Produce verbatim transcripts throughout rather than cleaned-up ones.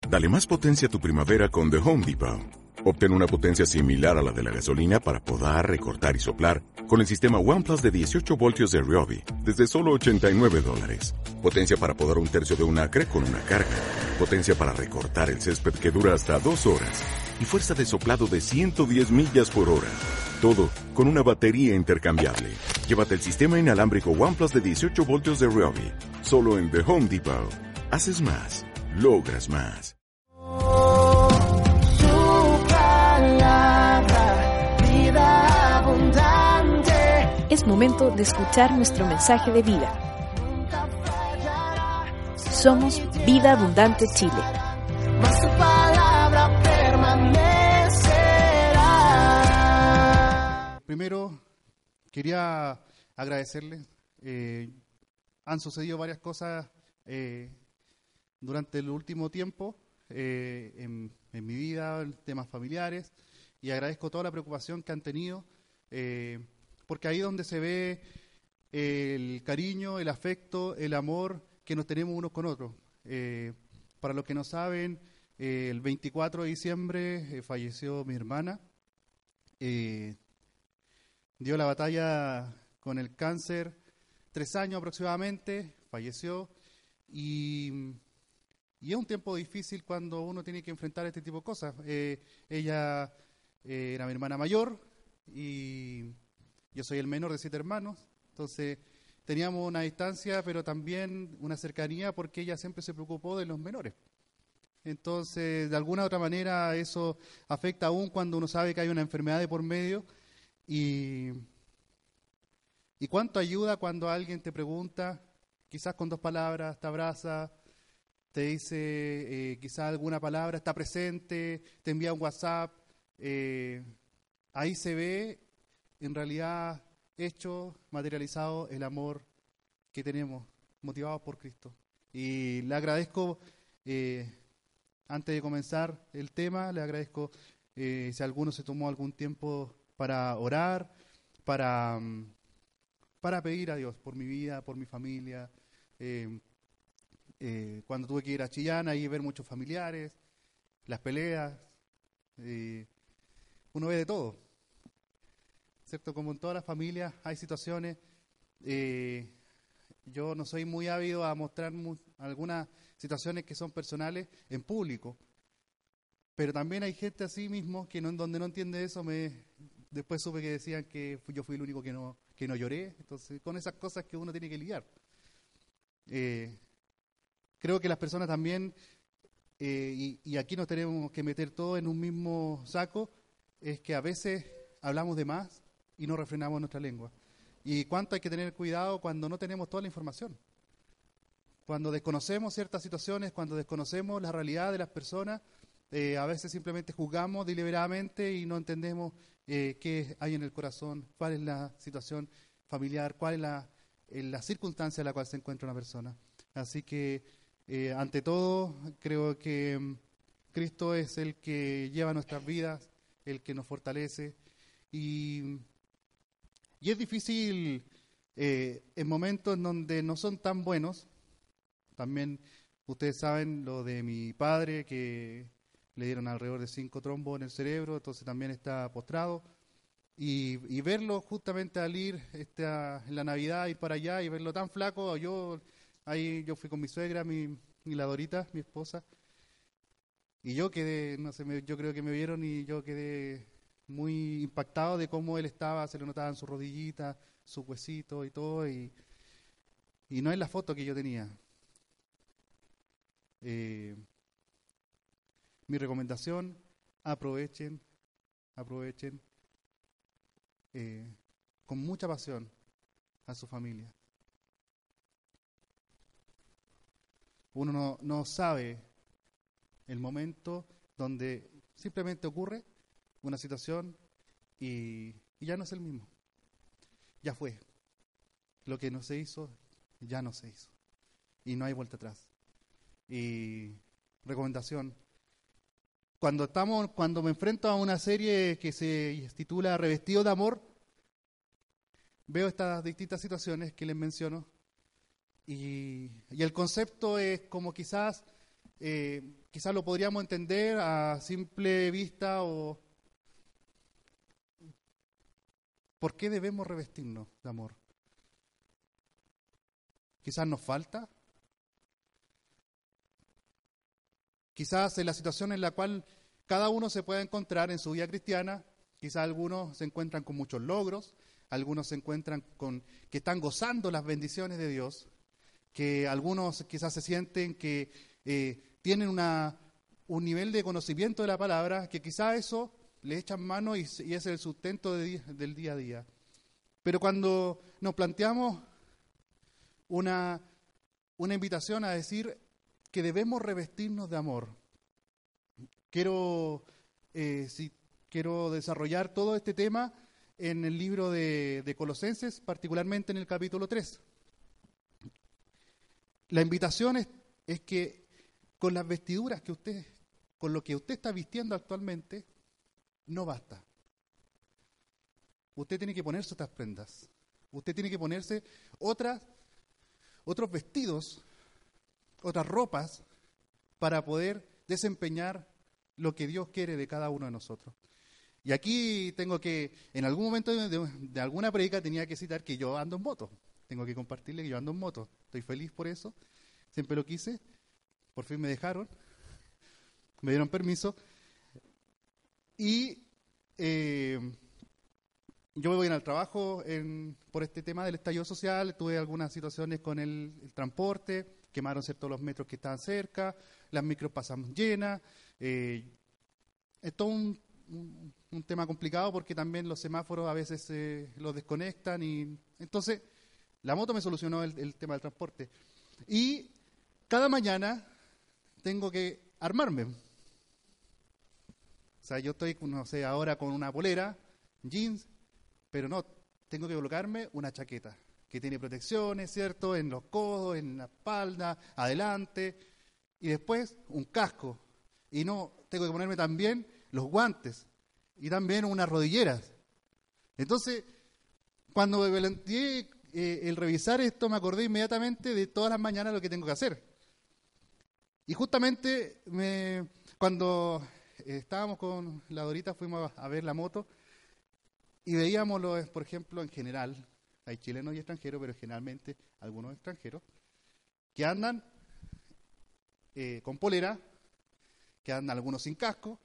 Dale más potencia a tu primavera con The Home Depot. Obtén una potencia similar a la de la gasolina para podar, recortar y soplar con el sistema OnePlus de dieciocho voltios de Ryobi desde solo ochenta y nueve dólares. Potencia para podar un tercio de un acre con una carga. Potencia para recortar el césped que dura hasta dos horas. Y fuerza de soplado de ciento diez millas por hora. Todo con una batería intercambiable. Llévate el sistema inalámbrico OnePlus de dieciocho voltios de Ryobi. Solo en The Home Depot. Haces más. Logras más. Es momento de escuchar nuestro mensaje de vida. Somos Vida Abundante Chile. Mas tu palabra permanecerá. Primero, quería agradecerles. Eh, han sucedido varias cosas eh, durante el último tiempo eh, en, en mi vida, en temas familiares, y agradezco toda la preocupación que han tenido. Eh, porque ahí es donde se ve el cariño, el afecto, el amor que nos tenemos unos con otros. Eh, para los que no saben, eh, el veinticuatro de diciembre eh, falleció mi hermana. Eh, dio la batalla con el cáncer, tres años aproximadamente, falleció. Y, y es un tiempo difícil cuando uno tiene que enfrentar este tipo de cosas. Eh, ella eh, era mi hermana mayor y yo soy el menor de siete hermanos, entonces teníamos una distancia, pero también una cercanía porque ella siempre se preocupó de los menores. Entonces, de alguna u otra manera, eso afecta aún cuando uno sabe que hay una enfermedad de por medio. Y, y cuánto ayuda cuando alguien te pregunta, quizás con dos palabras, te abraza, te dice eh, quizás alguna palabra, está presente, te envía un WhatsApp. Eh, ahí se ve en realidad hecho, materializado el amor que tenemos, motivados por Cristo. Y le agradezco, eh, antes de comenzar el tema, le agradezco eh, si alguno se tomó algún tiempo para orar, para, para pedir a Dios por mi vida, por mi familia. Eh, eh, cuando tuve que ir a Chillán, ahí ver muchos familiares, las peleas, eh, uno ve de todo. ¿Cierto? Como en todas las familias hay situaciones, eh, yo no soy muy ávido a mostrar mu- algunas situaciones que son personales en público, pero también hay gente así mismo que no, donde no entiende eso. Me después supe que decían que fui, yo fui el único que no, que no lloré, entonces con esas cosas que uno tiene que lidiar. Eh, creo que las personas también, eh, y, y aquí nos tenemos que meter todo en un mismo saco, es que a veces hablamos de más y no refrenamos nuestra lengua. Y cuánto hay que tener cuidado cuando no tenemos toda la información. Cuando desconocemos ciertas situaciones, cuando desconocemos la realidad de las personas, eh, a veces simplemente juzgamos deliberadamente y no entendemos eh, qué hay en el corazón, cuál es la situación familiar, cuál es la, eh, la circunstancia en la cual se encuentra una persona. Así que, eh, ante todo, creo que um, Cristo es el que lleva nuestras vidas, el que nos fortalece. Y... Y es difícil eh, en momentos en donde no son tan buenos. También ustedes saben lo de mi padre, que le dieron alrededor de cinco trombos en el cerebro, entonces también está postrado. Y, y verlo justamente al ir esta, en la Navidad, ir para allá y verlo tan flaco, yo ahí yo fui con mi suegra, mi, y la Dorita, mi esposa, y yo quedé, no sé, me, yo creo que me vieron y yo quedé muy impactado de cómo él estaba, se le notaban sus rodillitas, su huesito y todo, y, y no es la foto que yo tenía. Eh, mi recomendación, aprovechen, aprovechen eh, con mucha pasión a su familia. Uno no, no sabe el momento donde simplemente ocurre una situación y, y ya no es el mismo. Ya fue. Lo que no se hizo, ya no se hizo. Y no hay vuelta atrás. Y recomendación, cuando estamos, cuando me enfrento a una serie que se titula Revestido de Amor, veo estas distintas situaciones que les menciono y, y el concepto es como quizás eh, quizás lo podríamos entender a simple vista o... ¿Por qué debemos revestirnos de amor? Quizás nos falta. Quizás en la situación en la cual cada uno se pueda encontrar en su vida cristiana, quizás algunos se encuentran con muchos logros, algunos se encuentran con que están gozando las bendiciones de Dios, que algunos quizás se sienten que eh, tienen una, un nivel de conocimiento de la palabra, que quizás eso le echan mano y, y es el sustento de, del día a día. Pero cuando nos planteamos una, una invitación a decir que debemos revestirnos de amor, quiero, eh, si, quiero desarrollar todo este tema en el libro de, de Colosenses, particularmente en el capítulo tres. La invitación es, es que con las vestiduras que usted, con lo que usted está vistiendo actualmente, no basta. Usted tiene que ponerse otras prendas. Usted tiene que ponerse otras, otros vestidos, otras ropas, para poder desempeñar lo que Dios quiere de cada uno de nosotros. Y aquí tengo que, en algún momento de, de, de alguna predica tenía que citar que yo ando en moto. Tengo que compartirle que yo ando en moto. Estoy feliz por eso. Siempre lo quise. Por fin me dejaron. Me dieron permiso. Y eh, yo me voy al trabajo en, por este tema del estallido social. Tuve algunas situaciones con el, el transporte. Quemaron ciertos los metros que estaban cerca. Las micros pasan llenas. Eh, es todo un, un, un tema complicado porque también los semáforos a veces eh, los desconectan. Y entonces, la moto me solucionó el, el tema del transporte. Y cada mañana tengo que armarme. O sea, yo estoy, no sé, ahora con una polera, jeans, pero no, tengo que colocarme una chaqueta que tiene protecciones, ¿cierto? En los codos, en la espalda, adelante, y después un casco. Y no, tengo que ponerme también los guantes y también unas rodilleras. Entonces, cuando me planteé eh, el revisar esto, me acordé inmediatamente de todas las mañanas lo que tengo que hacer. Y justamente me, cuando eh, estábamos con la Dorita, fuimos a, a ver la moto y veíamos, los, por ejemplo, en general, hay chilenos y extranjeros, pero generalmente algunos extranjeros, que andan eh, con polera, que andan algunos sin casco,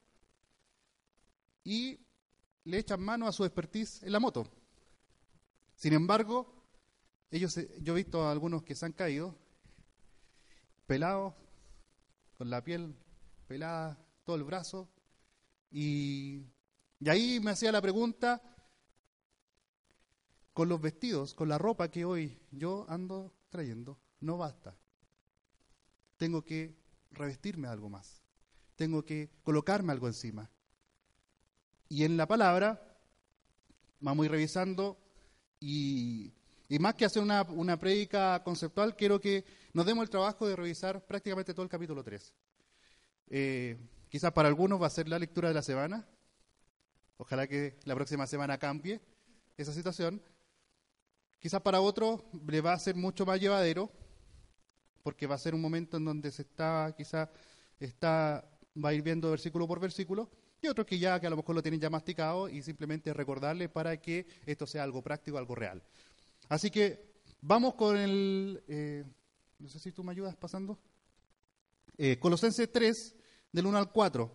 y le echan mano a su expertise en la moto. Sin embargo, ellos, yo he visto a algunos que se han caído, pelados, con la piel pelada, todo el brazo, y, y ahí me hacía la pregunta, con los vestidos, con la ropa que hoy yo ando trayendo, no basta. Tengo que revestirme de algo más. Tengo que colocarme algo encima. Y en la palabra vamos a ir revisando y, y más que hacer una, una prédica conceptual, quiero que nos demos el trabajo de revisar prácticamente todo el capítulo tres. Eh, quizás para algunos va a ser la lectura de la semana. Ojalá que la próxima semana cambie esa situación. Quizás para otros le va a ser mucho más llevadero, porque va a ser un momento en donde se está, quizás está, va a ir viendo versículo por versículo, y otros que ya, que a lo mejor lo tienen ya masticado, y simplemente recordarle para que esto sea algo práctico, algo real. Así que vamos con el, eh, no sé si tú me ayudas pasando, eh, Colosenses tres, del uno al cuatro.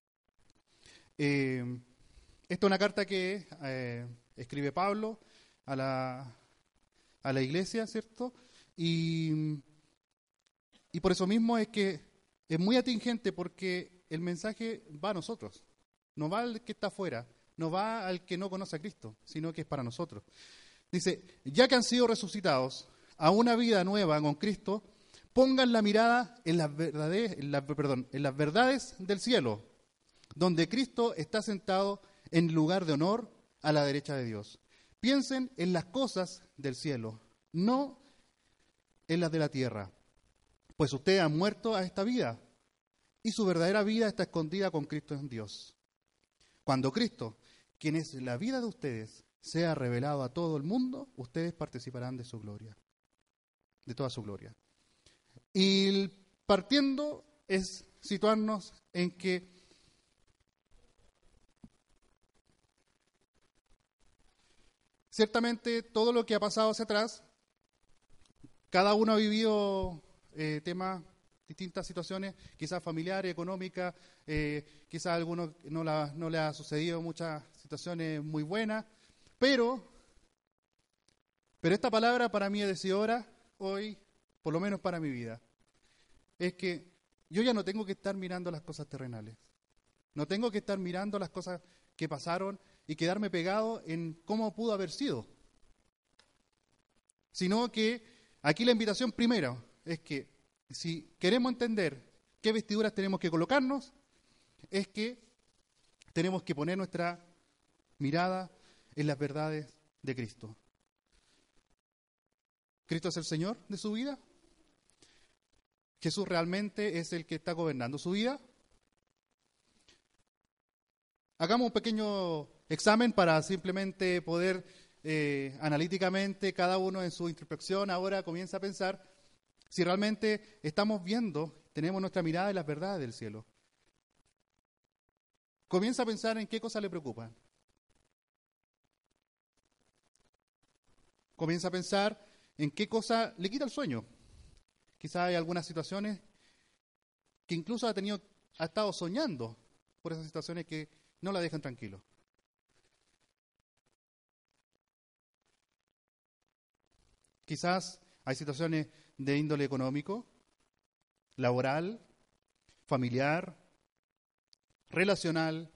Eh, esta es una carta que eh, escribe Pablo a la... a la iglesia, ¿cierto? Y, y por eso mismo es que es muy atingente porque el mensaje va a nosotros, no va al que está afuera, no va al que no conoce a Cristo, sino que es para nosotros. Dice, ya que han sido resucitados a una vida nueva con Cristo, pongan la mirada en las verdades, en la, perdón, en las verdades del cielo, donde Cristo está sentado en lugar de honor a la derecha de Dios. Piensen en las cosas del cielo, no en las de la tierra, pues ustedes han muerto a esta vida y su verdadera vida está escondida con Cristo en Dios. Cuando Cristo, quien es la vida de ustedes, sea revelado a todo el mundo, ustedes participarán de su gloria, de toda su gloria. Y partiendo es situarnos en que ciertamente todo lo que ha pasado hacia atrás, cada uno ha vivido eh, temas, distintas situaciones, quizás familiares, económicas, eh, quizás a algunos no, la, no le ha sucedido muchas situaciones muy buenas, pero, pero esta palabra para mí es decidora hoy, por lo menos para mi vida, es que yo ya no tengo que estar mirando las cosas terrenales, no tengo que estar mirando las cosas que pasaron y quedarme pegado en cómo pudo haber sido, sino que aquí la invitación primero es que si queremos entender qué vestiduras tenemos que colocarnos, es que tenemos que poner nuestra mirada en las verdades de Cristo. ¿Cristo es el Señor de su vida? ¿Jesús realmente es el que está gobernando su vida? Hagamos un pequeño examen para simplemente poder eh, analíticamente, cada uno en su introspección, ahora comienza a pensar si realmente estamos viendo, tenemos nuestra mirada en las verdades del cielo. Comienza a pensar en qué cosas le preocupan. Comienza a pensar en qué cosa le quita el sueño. Quizás hay algunas situaciones que incluso ha tenido, ha estado soñando por esas situaciones que no la dejan tranquilo. Quizás hay situaciones de índole económico, laboral, familiar, relacional.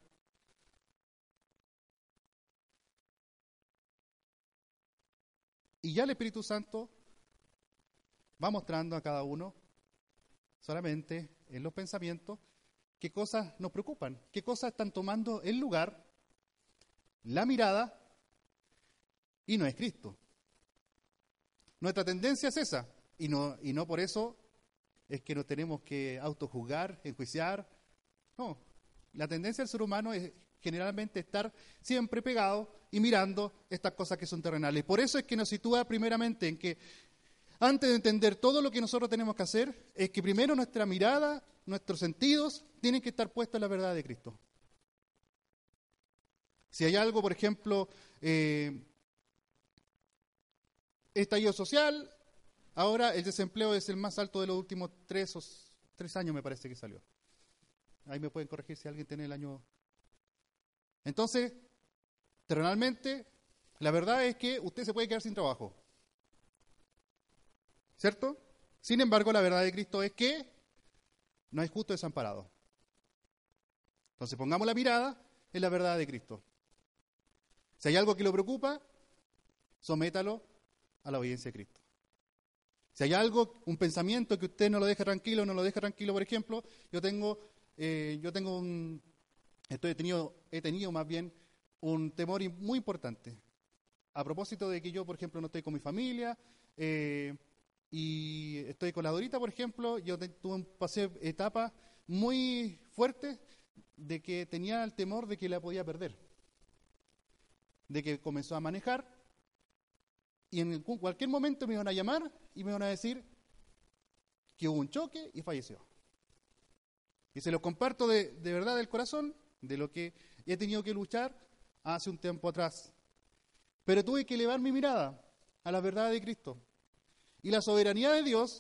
Y ya el Espíritu Santo va mostrando a cada uno, solamente en los pensamientos, qué cosas nos preocupan, qué cosas están tomando el lugar, la mirada, y no es Cristo. Nuestra tendencia es esa, y no, y no por eso es que nos tenemos que autojuzgar, enjuiciar. No, la tendencia del ser humano es generalmente estar siempre pegado y mirando estas cosas que son terrenales. Por eso es que nos sitúa primeramente en que antes de entender todo lo que nosotros tenemos que hacer, es que primero nuestra mirada, nuestros sentidos, tienen que estar puestos en la verdad de Cristo. Si hay algo, por ejemplo, eh, estallido social, ahora el desempleo es el más alto de los últimos tres, o tres años, me parece que salió. Ahí me pueden corregir si alguien tiene el año. Entonces, terrenalmente, la verdad es que usted se puede quedar sin trabajo. ¿Cierto? Sin embargo, la verdad de Cristo es que no hay justo desamparado. Entonces, pongamos la mirada en la verdad de Cristo. Si hay algo que lo preocupa, sométalo a la obediencia de Cristo. Si hay algo, un pensamiento que usted no lo deja tranquilo, no lo deja tranquilo, por ejemplo, yo tengo, eh, yo tengo un, estoy he tenido, he tenido más bien un temor muy importante. A propósito de que yo, por ejemplo, no estoy con mi familia, eh, y estoy con la Dorita, por ejemplo, yo te, tuve un pasé etapas muy fuertes de que tenía el temor de que la podía perder. De que comenzó a manejar y en cualquier momento me iban a llamar y me iban a decir que hubo un choque y falleció. Y se lo comparto de, de verdad del corazón, de lo que he tenido que luchar hace un tiempo atrás. Pero tuve que elevar mi mirada a la verdad de Cristo. Y la soberanía de Dios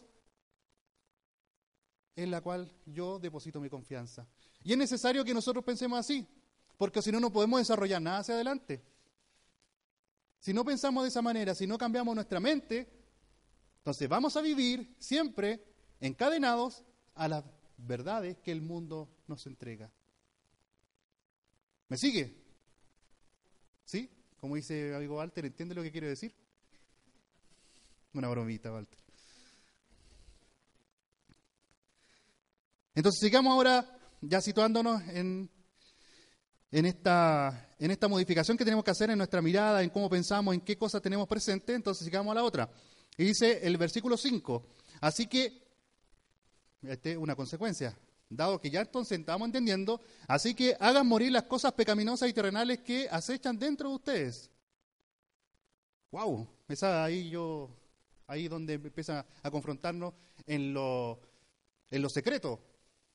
en la cual yo deposito mi confianza. Y es necesario que nosotros pensemos así, porque si no, no podemos desarrollar nada hacia adelante. Si no pensamos de esa manera, si no cambiamos nuestra mente, entonces vamos a vivir siempre encadenados a las verdades que el mundo nos entrega. ¿Me sigue? ¿Sí? Como dice amigo Walter, ¿entiende lo que quiero decir? Una bromita, Walter. Entonces sigamos ahora ya situándonos en, en, esta, en esta modificación que tenemos que hacer en nuestra mirada, en cómo pensamos, en qué cosas tenemos presente. Entonces sigamos a la otra. Y dice el versículo cinco. Así que, esta es una consecuencia, dado que ya entonces estamos entendiendo, así que hagan morir las cosas pecaminosas y terrenales que acechan dentro de ustedes. ¡Wow! Esa ahí yo... Ahí donde empieza a confrontarnos en lo, en lo secreto.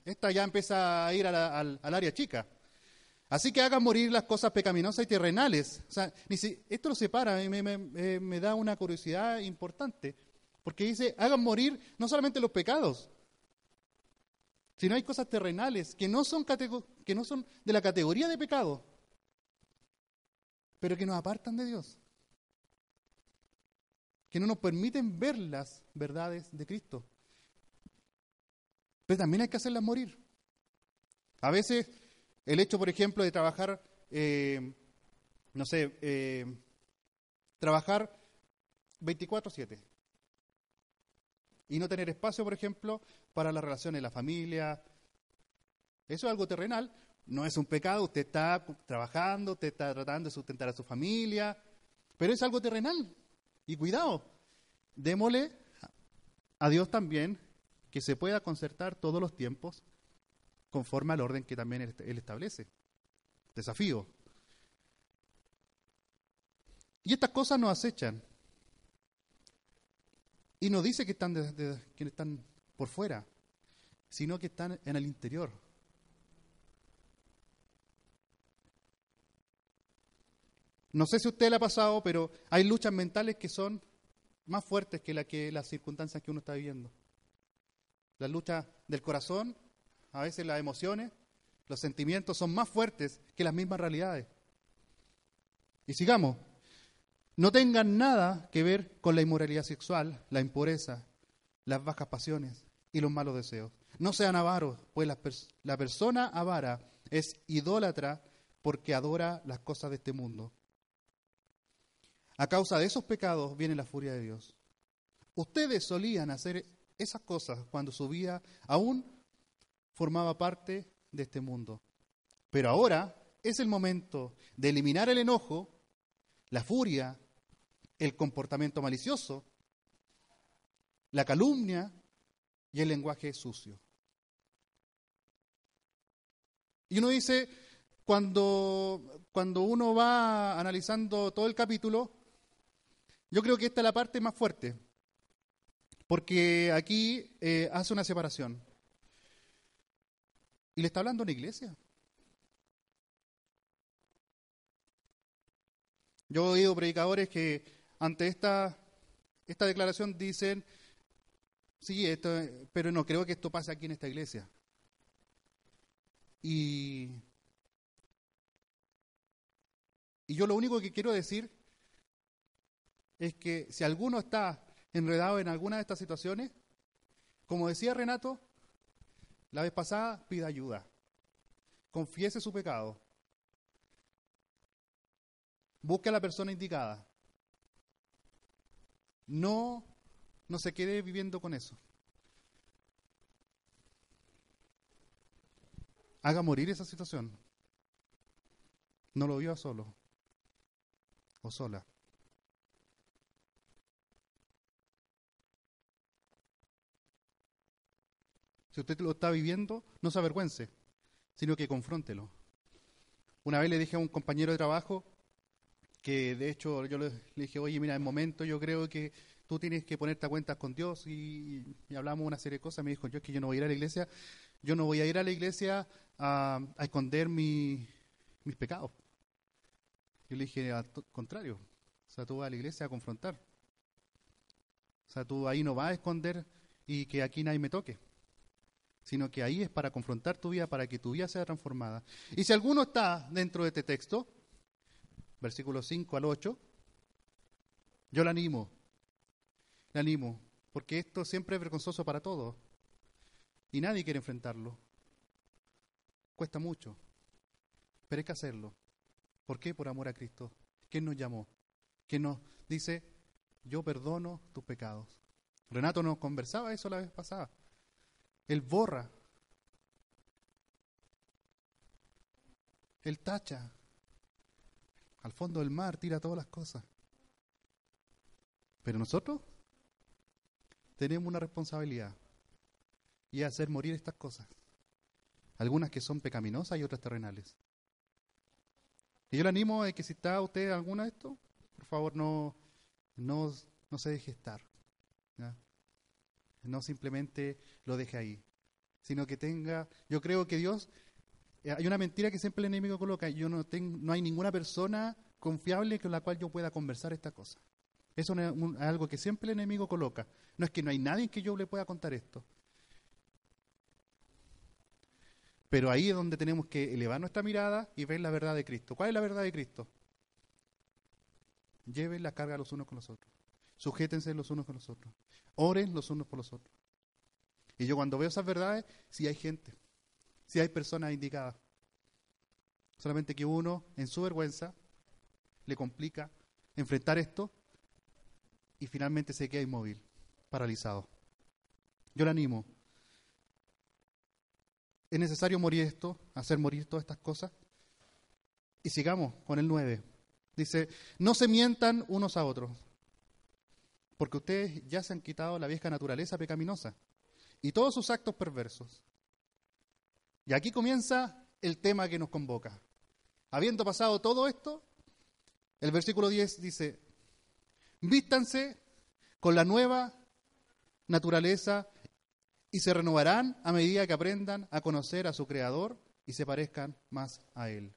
esta ya empieza a ir a la- al, al área chica. Así que hagan morir las cosas pecaminosas y terrenales. O sea, ni si, esto lo separa, y me, me, me- me da una curiosidad importante, porque dice, hagan morir no solamente los pecados, sino hay cosas terrenales que no son, catego- que no son de la categoría de pecado, pero que nos apartan de Dios, que no nos permiten ver las verdades de Cristo. Pero también hay que hacerlas morir. A veces el hecho, por ejemplo, de trabajar, eh, no sé, eh, trabajar veinticuatro siete y no tener espacio, por ejemplo, para las relaciones de la familia. Eso es algo terrenal, no es un pecado, usted está trabajando, usted está tratando de sustentar a su familia, pero es algo terrenal. Y cuidado, démosle a Dios también que se pueda concertar todos los tiempos conforme al orden que también Él Él establece. Desafío. Y estas cosas nos acechan. Y no dice que están, de- de- que están por fuera, sino que están en el interior. No sé si a usted le ha pasado, pero hay luchas mentales que son más fuertes que, la que las circunstancias que uno está viviendo. Las luchas del corazón, a veces las emociones, los sentimientos son más fuertes que las mismas realidades. Y sigamos. No tengan nada que ver con la inmoralidad sexual, la impureza, las bajas pasiones y los malos deseos. No sean avaros, pues la, pers- la persona avara es idólatra porque adora las cosas de este mundo. A causa de esos pecados viene la furia de Dios. Ustedes solían hacer esas cosas cuando su vida aún formaba parte de este mundo. Pero ahora es el momento de eliminar el enojo, la furia, el comportamiento malicioso, la calumnia y el lenguaje sucio. Y uno dice, cuando, cuando uno va analizando todo el capítulo, yo creo que esta es la parte más fuerte, porque aquí eh, hace una separación. Y le está hablando a una iglesia. Yo he oído predicadores que ante esta, esta declaración dicen, sí, esto, pero no creo que esto pase aquí en esta iglesia. Y, y yo lo único que quiero decir es que si alguno está enredado en alguna de estas situaciones, como decía Renato la vez pasada, pida ayuda. Confiese su pecado. Busque a la persona indicada. No, no se quede viviendo con eso. Haga morir esa situación. No lo viva solo o sola. Si usted lo está viviendo, no se avergüence, sino que confróntelo. Una vez le dije a un compañero de trabajo que, de hecho, yo le, le dije, oye, mira, en momento yo creo que tú tienes que ponerte a cuentas con Dios, y, y hablamos una serie de cosas. Me dijo, yo es que yo no voy a ir a la iglesia, yo no voy a ir a la iglesia a, a esconder mi, mis pecados. Yo le dije, al contrario, o sea, tú vas a la iglesia a confrontar. O sea, tú ahí no vas a esconder y que aquí nadie me toque, sino que ahí es para confrontar tu vida, para que tu vida sea transformada. Y si alguno está dentro de este texto, versículos cinco al ocho, yo le animo, le animo, porque esto siempre es vergonzoso para todos, y nadie quiere enfrentarlo. Cuesta mucho, pero hay que hacerlo. ¿Por qué? Por amor a Cristo. ¿Quién nos llamó? ¿Quién nos dice, yo perdono tus pecados? Renato nos conversaba eso la vez pasada. Él borra, Él tacha, al fondo del mar tira todas las cosas. Pero nosotros tenemos una responsabilidad, y es hacer morir estas cosas, algunas que son pecaminosas y otras terrenales. Y yo le animo a que si está usted en alguna de esto, por favor no, no, no se deje estar, ¿ya? No simplemente lo deje ahí, sino que tenga, yo creo que Dios, eh, hay una mentira que siempre el enemigo coloca, yo no tengo, no hay ninguna persona confiable con la cual yo pueda conversar esta cosa. Eso es un, algo que siempre el enemigo coloca. No es que no hay nadie en que yo le pueda contar esto. Pero ahí es donde tenemos que elevar nuestra mirada y ver la verdad de Cristo. ¿Cuál es la verdad de Cristo? Lleven la carga los unos con los otros. Sujétense los unos con los otros. Oren los unos por los otros. Y yo cuando veo esas verdades, sí hay gente, sí hay personas indicadas. Solamente que uno, en su vergüenza, le complica enfrentar esto y finalmente se queda inmóvil, paralizado. Yo le animo. Es necesario morir esto, hacer morir todas estas cosas. Y sigamos con el nueve. Dice, no se mientan unos a otros, porque ustedes ya se han quitado la vieja naturaleza pecaminosa y todos sus actos perversos. Y aquí comienza el tema que nos convoca. Habiendo pasado todo esto, el versículo diez dice, vístanse con la nueva naturaleza y se renovarán a medida que aprendan a conocer a su Creador y se parezcan más a Él.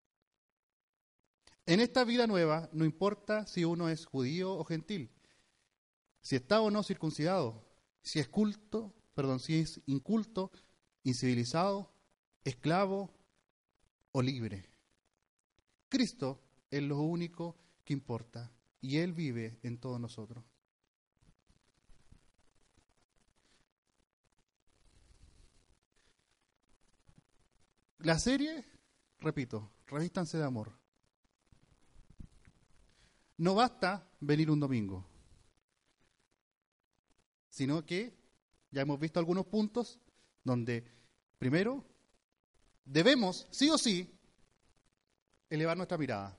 En esta vida nueva no importa si uno es judío o gentil, si está o no circuncidado, si es culto, perdón, si es inculto, incivilizado, esclavo o libre. Cristo es lo único que importa y Él vive en todos nosotros. La serie, repito, revístanse de amor. No basta venir un domingo, sino que ya hemos visto algunos puntos donde, primero, debemos, sí o sí, elevar nuestra mirada.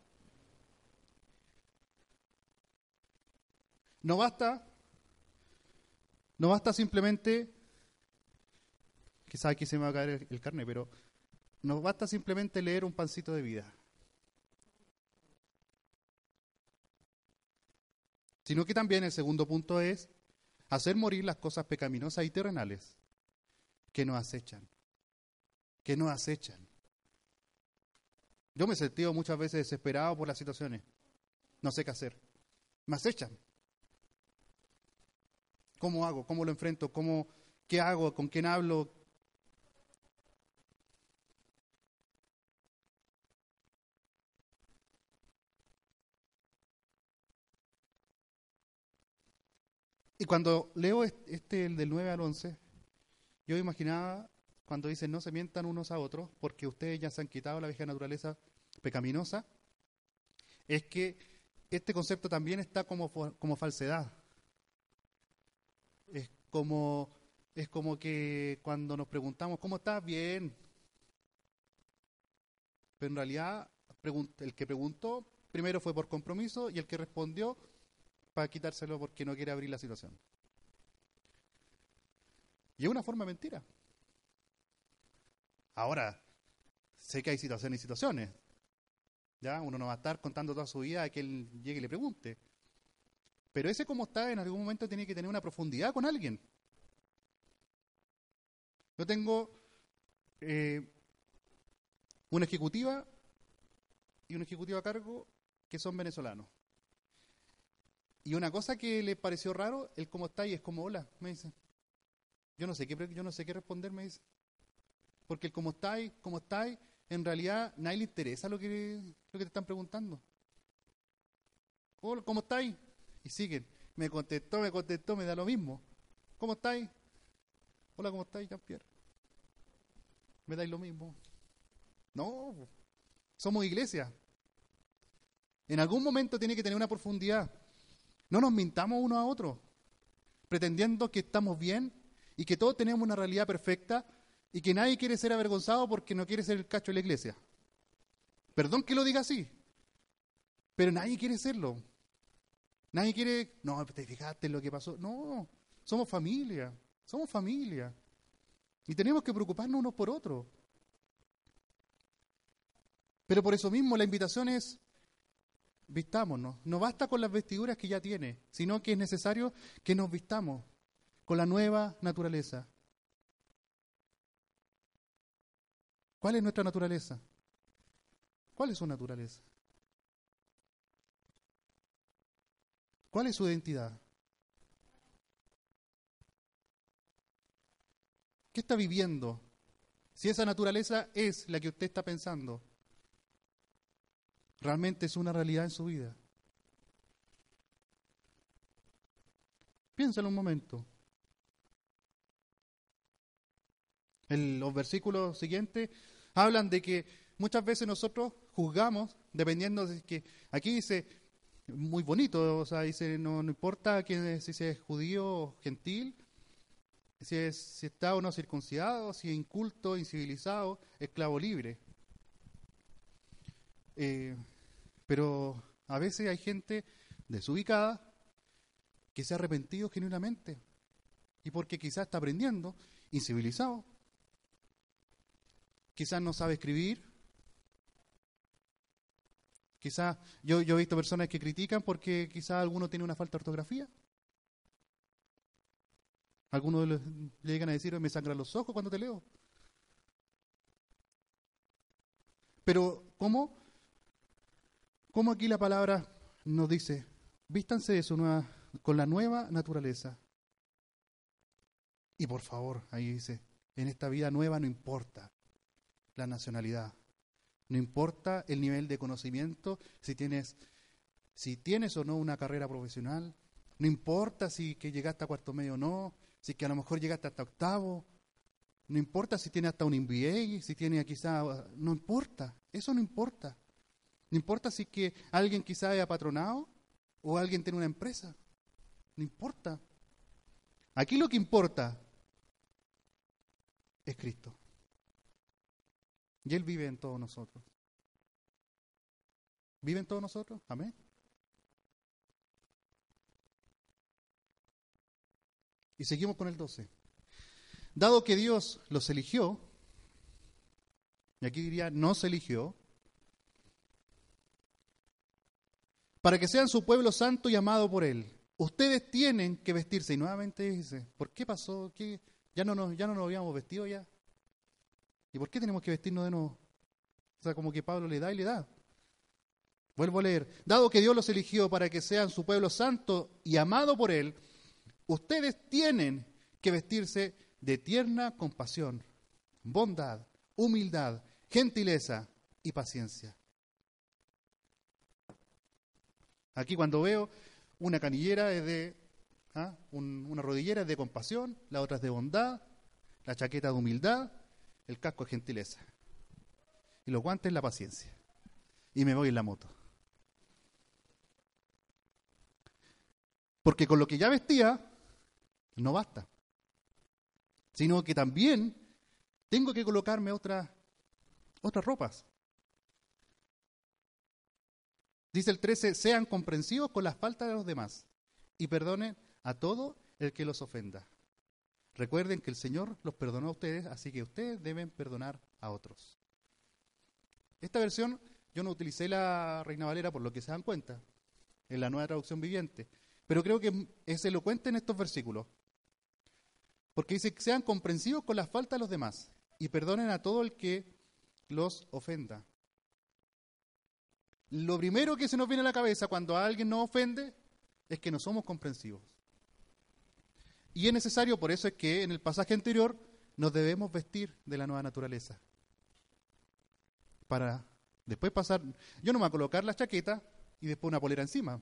No basta, no basta simplemente, quizás aquí se me va a caer el, el carne, pero no basta simplemente leer un pancito de vida. Sino que también el segundo punto es hacer morir las cosas pecaminosas y terrenales que nos acechan, que nos acechan. Yo me he sentido muchas veces desesperado por las situaciones, no sé qué hacer, me acechan. ¿Cómo hago? ¿Cómo lo enfrento? ¿Cómo, ¿Qué hago? ¿Con quién hablo? Y cuando leo este, el del nueve al once, yo imaginaba cuando dice no se mientan unos a otros porque ustedes ya se han quitado la vieja naturaleza pecaminosa, es que este concepto también está como, como falsedad. Es como, es como que cuando nos preguntamos, ¿cómo estás? Bien. Pero en realidad el que preguntó primero fue por compromiso y el que respondió para quitárselo porque no quiere abrir la situación. Y es una forma de mentira. Ahora, sé que hay situaciones y situaciones. Ya, uno no va a estar contando toda su vida a que él llegue y le pregunte. Pero ese cómo está en algún momento tiene que tener una profundidad con alguien. Yo tengo eh, una ejecutiva y un ejecutivo a cargo que son venezolanos. Y una cosa que le pareció raro, el cómo está y es como hola, me dice. Yo no sé qué, yo no sé qué responder, me dice. Porque el cómo estáis, cómo estáis, en realidad nadie le interesa lo que, lo que te están preguntando. Hola, ¿cómo estáis? Y siguen. Me contestó, me contestó, me da lo mismo. ¿Cómo estáis? Hola, ¿cómo estáis, Jean-Pierre? Me dais lo mismo. No, somos iglesia. En algún momento tiene que tener una profundidad. No nos mintamos unos a otros, pretendiendo que estamos bien y que todos tenemos una realidad perfecta y que nadie quiere ser avergonzado porque no quiere ser el cacho de la iglesia. Perdón que lo diga así, pero nadie quiere serlo. Nadie quiere, no, te fijaste en lo que pasó. No, somos familia, somos familia. Y tenemos que preocuparnos unos por otros. Pero por eso mismo la invitación es, vistámonos. No basta con las vestiduras que ya tiene, sino que es necesario que nos vistamos con la nueva naturaleza. ¿Cuál es nuestra naturaleza? ¿Cuál es su naturaleza? ¿Cuál es su identidad? ¿Qué está viviendo? Si esa naturaleza es la que usted está pensando, ¿realmente es una realidad en su vida? Piénsalo un momento. En los versículos siguientes hablan de que muchas veces nosotros juzgamos, dependiendo de que, aquí dice, muy bonito, o sea, dice, no, no importa que, si es judío o gentil, si, es, si está o no circuncidado, si es inculto, incivilizado, esclavo libre. Eh, pero a veces hay gente desubicada que se ha arrepentido genuinamente, y porque quizás está aprendiendo, incivilizado, quizás no sabe escribir, quizás, yo, yo he visto personas que critican porque quizás alguno tiene una falta de ortografía. Algunos le llegan a decir, me sangran los ojos cuando te leo. Pero, ¿cómo? ¿Cómo aquí la palabra nos dice, vístanse de su nueva, con la nueva naturaleza? Y por favor, ahí dice, en esta vida nueva no importa la nacionalidad, no importa el nivel de conocimiento, si tienes, si tienes o no una carrera profesional, no importa si que llegaste a cuarto medio o no, si que a lo mejor llegaste hasta octavo, no importa si tienes hasta un M B A, si tienes quizá, no importa, eso no importa. No importa si que alguien quizá es apatronado o alguien tiene una empresa, no importa. Aquí lo que importa es Cristo. Y Él vive en todos nosotros. ¿Vive en todos nosotros? Amén. Y seguimos con el doce. Dado que Dios los eligió, y aquí diría, nos eligió, para que sean su pueblo santo y amado por Él, ustedes tienen que vestirse. Y nuevamente dice, ¿por qué pasó? ¿Qué? ¿Ya no nos, ya no nos habíamos vestido ya? ¿Y por qué tenemos que vestirnos de nuevo? O sea, como que Pablo le da y le da. Vuelvo a leer. Dado que Dios los eligió para que sean su pueblo santo y amado por Él, ustedes tienen que vestirse de tierna compasión, bondad, humildad, gentileza y paciencia. Aquí cuando veo una canillera es de, ¿ah? Un, una rodillera es de compasión, la otra es de bondad, la chaqueta de humildad, el casco es gentileza. Y los guantes la paciencia. Y me voy en la moto. Porque con lo que ya vestía, no basta. Sino que también tengo que colocarme otras otras ropas. Dice el trece, sean comprensivos con las faltas de los demás y perdonen a todo el que los ofenda. Recuerden que el Señor los perdonó a ustedes, así que ustedes deben perdonar a otros. Esta versión, yo no utilicé la Reina Valera por lo que se dan cuenta, en la Nueva Traducción Viviente, pero creo que es elocuente en estos versículos. Porque dice que sean comprensivos con las faltas de los demás y perdonen a todo el que los ofenda. Lo primero que se nos viene a la cabeza cuando a alguien nos ofende es que no somos comprensivos. Y es necesario, por eso es que en el pasaje anterior nos debemos vestir de la nueva naturaleza. Para después pasar, yo no me voy a colocar la chaqueta y después una polera encima.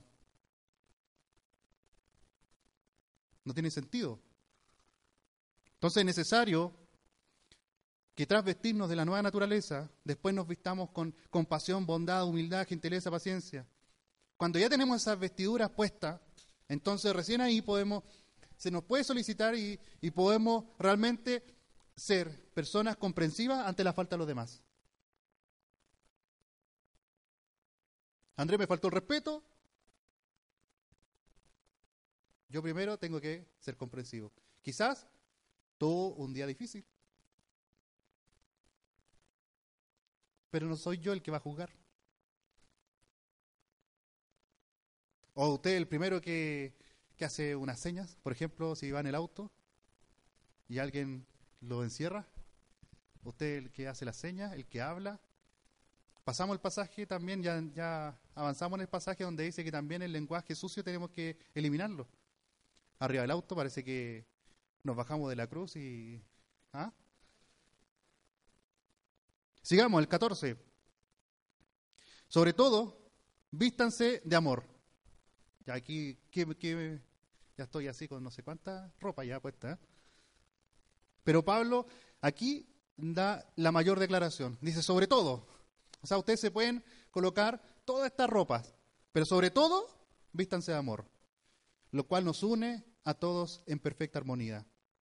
No tiene sentido. Entonces es necesario que tras vestirnos de la nueva naturaleza, después nos vistamos con compasión, bondad, humildad, gentileza, paciencia. Cuando ya tenemos esas vestiduras puestas, entonces recién ahí podemos, se nos puede solicitar y, y podemos realmente ser personas comprensivas ante la falta de los demás. Andrés, me faltó el respeto. Yo primero tengo que ser comprensivo. Quizás tuvo un día difícil, pero no soy yo el que va a juzgar. O usted el primero que, que hace unas señas, por ejemplo, si va en el auto y alguien lo encierra, usted es el que hace las señas, el que habla. Pasamos el pasaje también, ya, ya avanzamos en el pasaje donde dice que también el lenguaje sucio tenemos que eliminarlo. Arriba del auto parece que nos bajamos de la cruz y... ¿ah? Sigamos, el catorce. Sobre todo, vístanse de amor. Ya aquí, ¿qué, qué, ya estoy así con no sé cuánta ropa ya puesta. ¿eh? Pero Pablo aquí da la mayor declaración. Dice, sobre todo. O sea, ustedes se pueden colocar todas estas ropas, pero sobre todo, vístanse de amor, lo cual nos une a todos en perfecta armonía.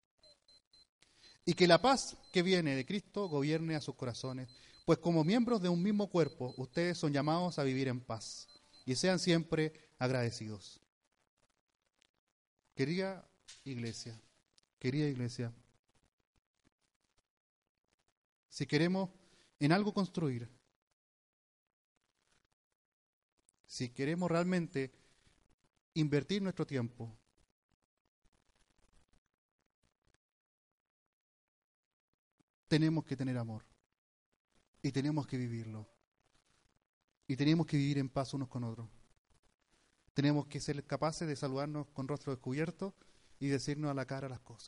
Y que la paz que viene de Cristo gobierne a sus corazones, pues como miembros de un mismo cuerpo, ustedes son llamados a vivir en paz y sean siempre agradecidos. Querida iglesia, querida iglesia, si queremos en algo construir, si queremos realmente invertir nuestro tiempo, tenemos que tener amor y tenemos que vivirlo y tenemos que vivir en paz unos con otros. Tenemos que ser capaces de saludarnos con rostro descubierto y decirnos a la cara las cosas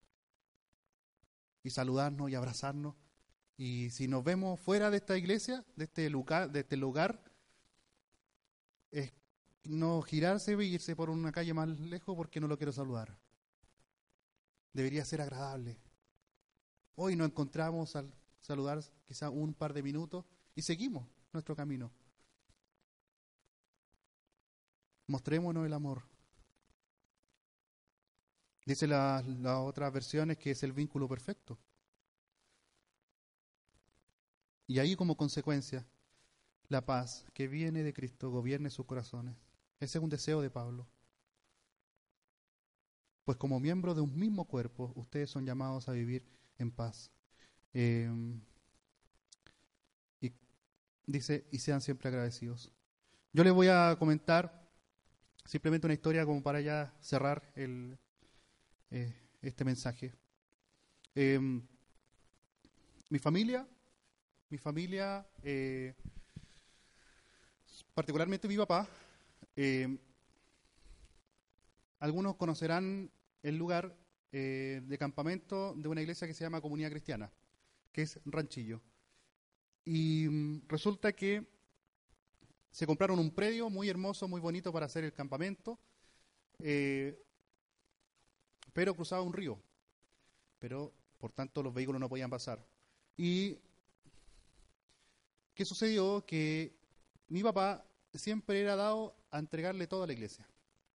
y saludarnos y abrazarnos. Y si nos vemos fuera de esta iglesia, de este lugar, de este lugar, es no girarse e irse por una calle más lejos porque no lo quiero saludar. Debería ser agradable. Hoy nos encontramos al saludar quizá un par de minutos y seguimos nuestro camino. Mostrémonos el amor. Dice las la otras versiones que es el vínculo perfecto. Y ahí como consecuencia, la paz que viene de Cristo gobierne sus corazones. Ese es un deseo de Pablo. Pues como miembros de un mismo cuerpo, ustedes son llamados a vivir en paz. Eh, y dice, y sean siempre agradecidos. Yo les voy a comentar simplemente una historia como para ya cerrar el, eh, este mensaje. Eh, mi familia, mi familia, eh, particularmente mi papá, eh, algunos conocerán el lugar eh, de campamento de una iglesia que se llama Comunidad Cristiana, que es Ranchillo. Y mm, resulta que se compraron un predio muy hermoso, muy bonito para hacer el campamento, eh, pero cruzaba un río, pero por tanto los vehículos no podían pasar. ¿Y qué sucedió? Que mi papá siempre era dado a entregarle todo a la iglesia.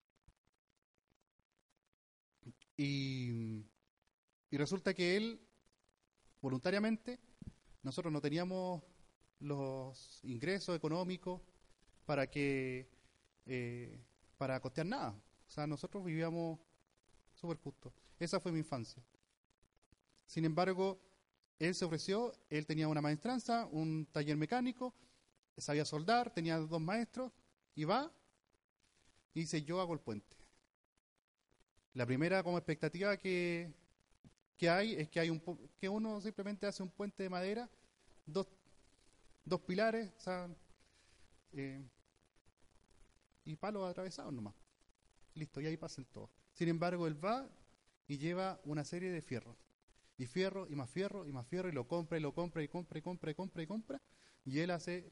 Y, y resulta que él, voluntariamente, nosotros no teníamos los ingresos económicos para que eh, para costear nada. O sea, nosotros vivíamos súper justos. Esa fue mi infancia. Sin embargo, él se ofreció, él tenía una maestranza, un taller mecánico, sabía soldar, tenía dos maestros, y va y dice, yo hago el puente. La primera como expectativa que, que hay es que hay un que uno simplemente hace un puente de madera, dos, dos pilares, o sea, eh, y palos atravesados nomás. Listo, y ahí pasen todos. Sin embargo, él va y lleva una serie de fierros. Y fierro, y más fierro, y más fierro, y lo compra, y lo compra, y compra, y compra, y compra, y compra. Y él hace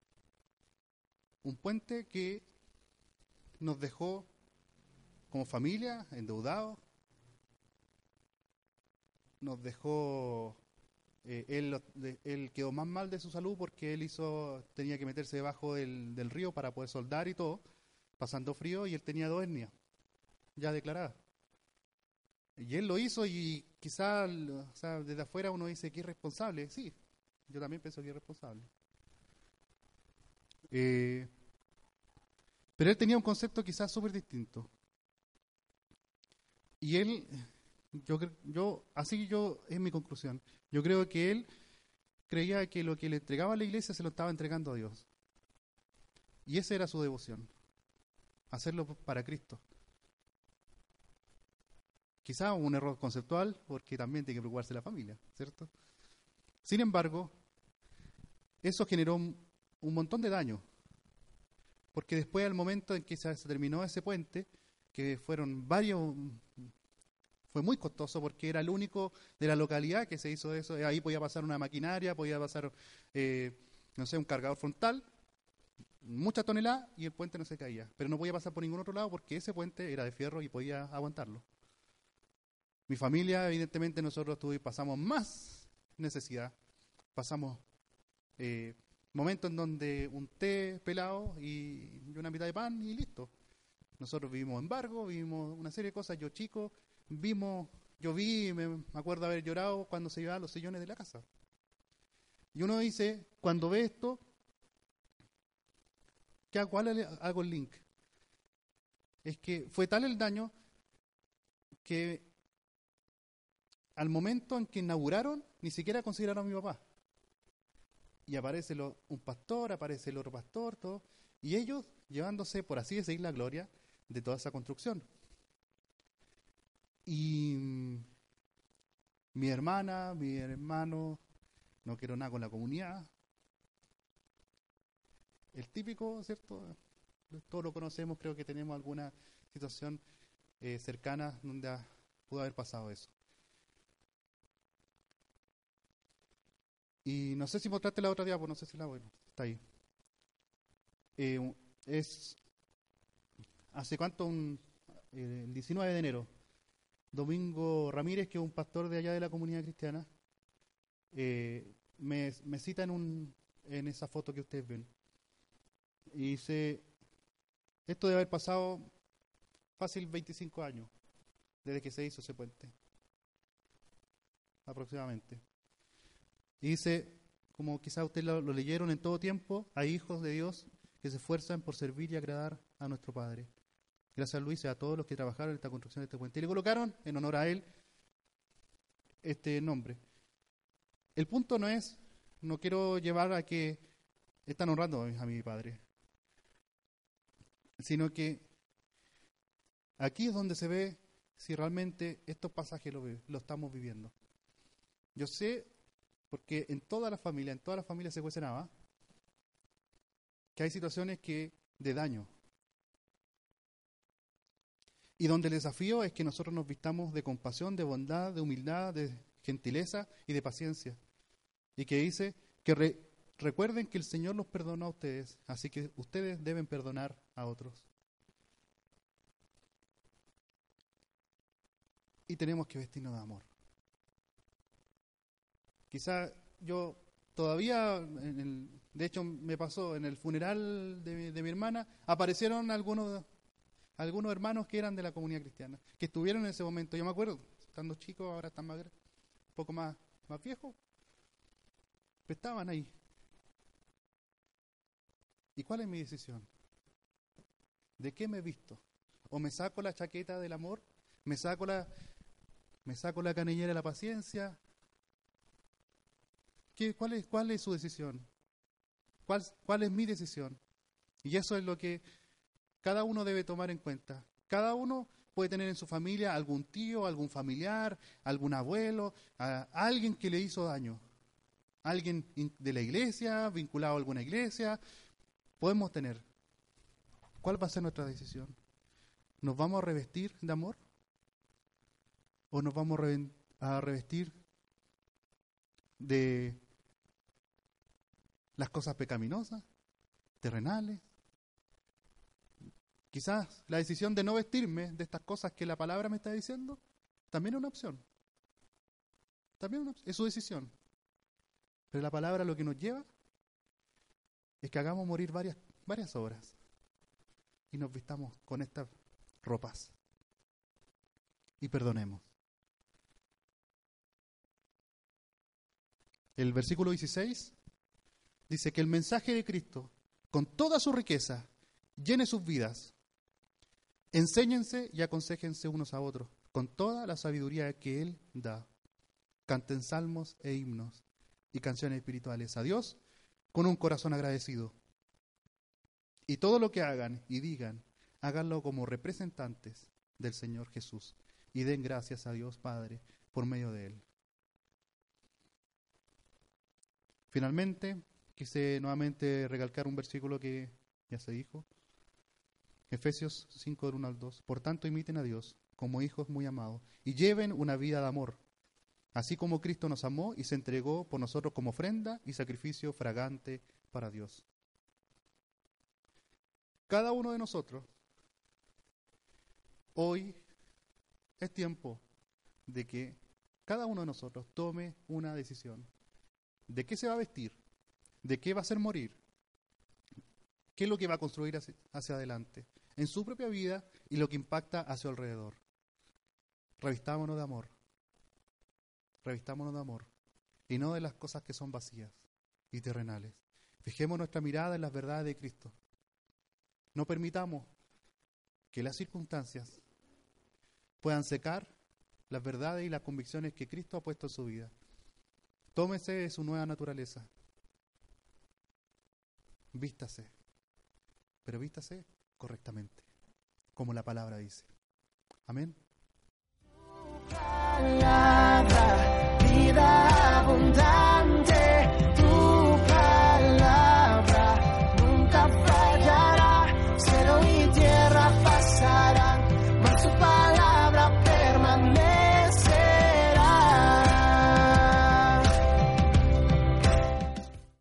un puente que nos dejó como familia endeudados. Nos dejó, eh, él, él quedó más mal de su salud porque él hizo, tenía que meterse debajo del, del río para poder soldar y todo, pasando frío, y él tenía dos hernias ya declaradas. Y él lo hizo y quizá, o sea, desde afuera uno dice que es irresponsable. Sí, yo también pienso que es irresponsable. Eh, pero él tenía un concepto quizás súper distinto. Y él, yo, yo, así yo, es mi conclusión. Yo creo que él creía que lo que le entregaba a la iglesia se lo estaba entregando a Dios. Y esa era su devoción. Hacerlo para Cristo. Quizá un error conceptual, porque también tiene que preocuparse la familia, ¿cierto? Sin embargo, eso generó un, un montón de daño, porque después, al momento en que se, se terminó ese puente, que fueron varios, fue muy costoso porque era el único de la localidad que se hizo eso. Ahí podía pasar una maquinaria, podía pasar, eh, no sé, un cargador frontal, mucha tonelada, y el puente no se caía. Pero no podía pasar por ningún otro lado porque ese puente era de fierro y podía aguantarlo. Mi familia, evidentemente, nosotros tuvimos, pasamos más necesidad, pasamos eh, momentos en donde un té pelado y una mitad de pan y listo. Nosotros vivimos embargo, vivimos una serie de cosas. Yo chico, vimos, yo vi, me, me acuerdo haber llorado cuando se llevaban los sillones de la casa. Y uno dice, cuando ve esto, ¿qué hago? ¿Cuál hago el link? Es que fue tal el daño que al momento en que inauguraron, ni siquiera consideraron a mi papá. Y aparece lo, un pastor, aparece el otro pastor, todo, y ellos llevándose, por así decir, la gloria de toda esa construcción. Y mm, mi hermana, mi hermano, no quiero nada con la comunidad. El típico, ¿cierto? Todos lo conocemos, creo que tenemos alguna situación eh, cercana donde ha, pudo haber pasado eso. Y no sé si mostraste la otra diapo, no sé si la bueno, está ahí. Eh, es hace cuánto, un, eh, el diecinueve de enero, Domingo Ramírez, que es un pastor de allá de la comunidad cristiana, eh, me, me cita en, un, en esa foto que ustedes ven. Y dice, esto debe haber pasado fácil veinticinco años, desde que se hizo ese puente, aproximadamente. Y dice, como quizás ustedes lo, lo leyeron, en todo tiempo hay hijos de Dios que se esfuerzan por servir y agradar a nuestro Padre. Gracias, Luis, y a todos los que trabajaron en esta construcción de este puente. Y le colocaron, en honor a él, este nombre. El punto no es, no quiero llevar a que están honrando a mi Padre, sino que aquí es donde se ve si realmente estos pasajes lo, lo estamos viviendo. Yo sé, porque en toda la familia, en toda la familia se cuestionaba, que hay situaciones que de daño. Y donde el desafío es que nosotros nos vistamos de compasión, de bondad, de humildad, de gentileza y de paciencia. Y que dice que re, recuerden que el Señor los perdonó a ustedes, así que ustedes deben perdonar a otros. Y tenemos que vestirnos de amor. Quizá yo todavía, en el, de hecho me pasó en el funeral de mi, de mi hermana, aparecieron algunos, algunos hermanos que eran de la comunidad cristiana, que estuvieron en ese momento. Yo me acuerdo, estando chicos, ahora están más, un poco más, más viejos, pero estaban ahí. ¿Y cuál es mi decisión? ¿De qué me he visto? ¿O me saco la chaqueta del amor? ¿Me saco la, me saco la canillera de la paciencia? ¿Qué, cuál, es, ¿Cuál es su decisión? ¿Cuál, ¿Cuál es mi decisión? Y eso es lo que cada uno debe tomar en cuenta. Cada uno puede tener en su familia algún tío, algún familiar, algún abuelo, a, a alguien que le hizo daño. Alguien de la iglesia, vinculado a alguna iglesia. Podemos tener. ¿Cuál va a ser nuestra decisión? ¿Nos vamos a revestir de amor? ¿O nos vamos a revestir de las cosas pecaminosas, terrenales? Quizás la decisión de no vestirme de estas cosas que la palabra me está diciendo también es una opción. También una opción. Es su decisión. Pero la palabra lo que nos lleva es que hagamos morir varias, varias obras y nos vistamos con estas ropas y perdonemos. El versículo dieciséis dice que el mensaje de Cristo, con toda su riqueza, llene sus vidas. Enséñense y aconséjense unos a otros, con toda la sabiduría que Él da. Canten salmos e himnos y canciones espirituales a Dios con un corazón agradecido. Y todo lo que hagan y digan, háganlo como representantes del Señor Jesús y den gracias a Dios Padre por medio de Él. Finalmente, quise nuevamente recalcar un versículo que ya se dijo. Efesios cinco, del uno al dos. Por tanto, imiten a Dios como hijos muy amados y lleven una vida de amor, así como Cristo nos amó y se entregó por nosotros como ofrenda y sacrificio fragante para Dios. Cada uno de nosotros, hoy es tiempo de que cada uno de nosotros tome una decisión. ¿De qué se va a vestir? ¿De qué va a hacer morir? ¿Qué es lo que va a construir hacia, hacia adelante? En su propia vida y lo que impacta a su alrededor. Revistámonos de amor. Revistámonos de amor. Y no de las cosas que son vacías y terrenales. Fijemos nuestra mirada en las verdades de Cristo. No permitamos que las circunstancias puedan secar las verdades y las convicciones que Cristo ha puesto en su vida. Tómese de su nueva naturaleza. Vístase. Pero vístase correctamente, como la palabra dice. Amén. Palabra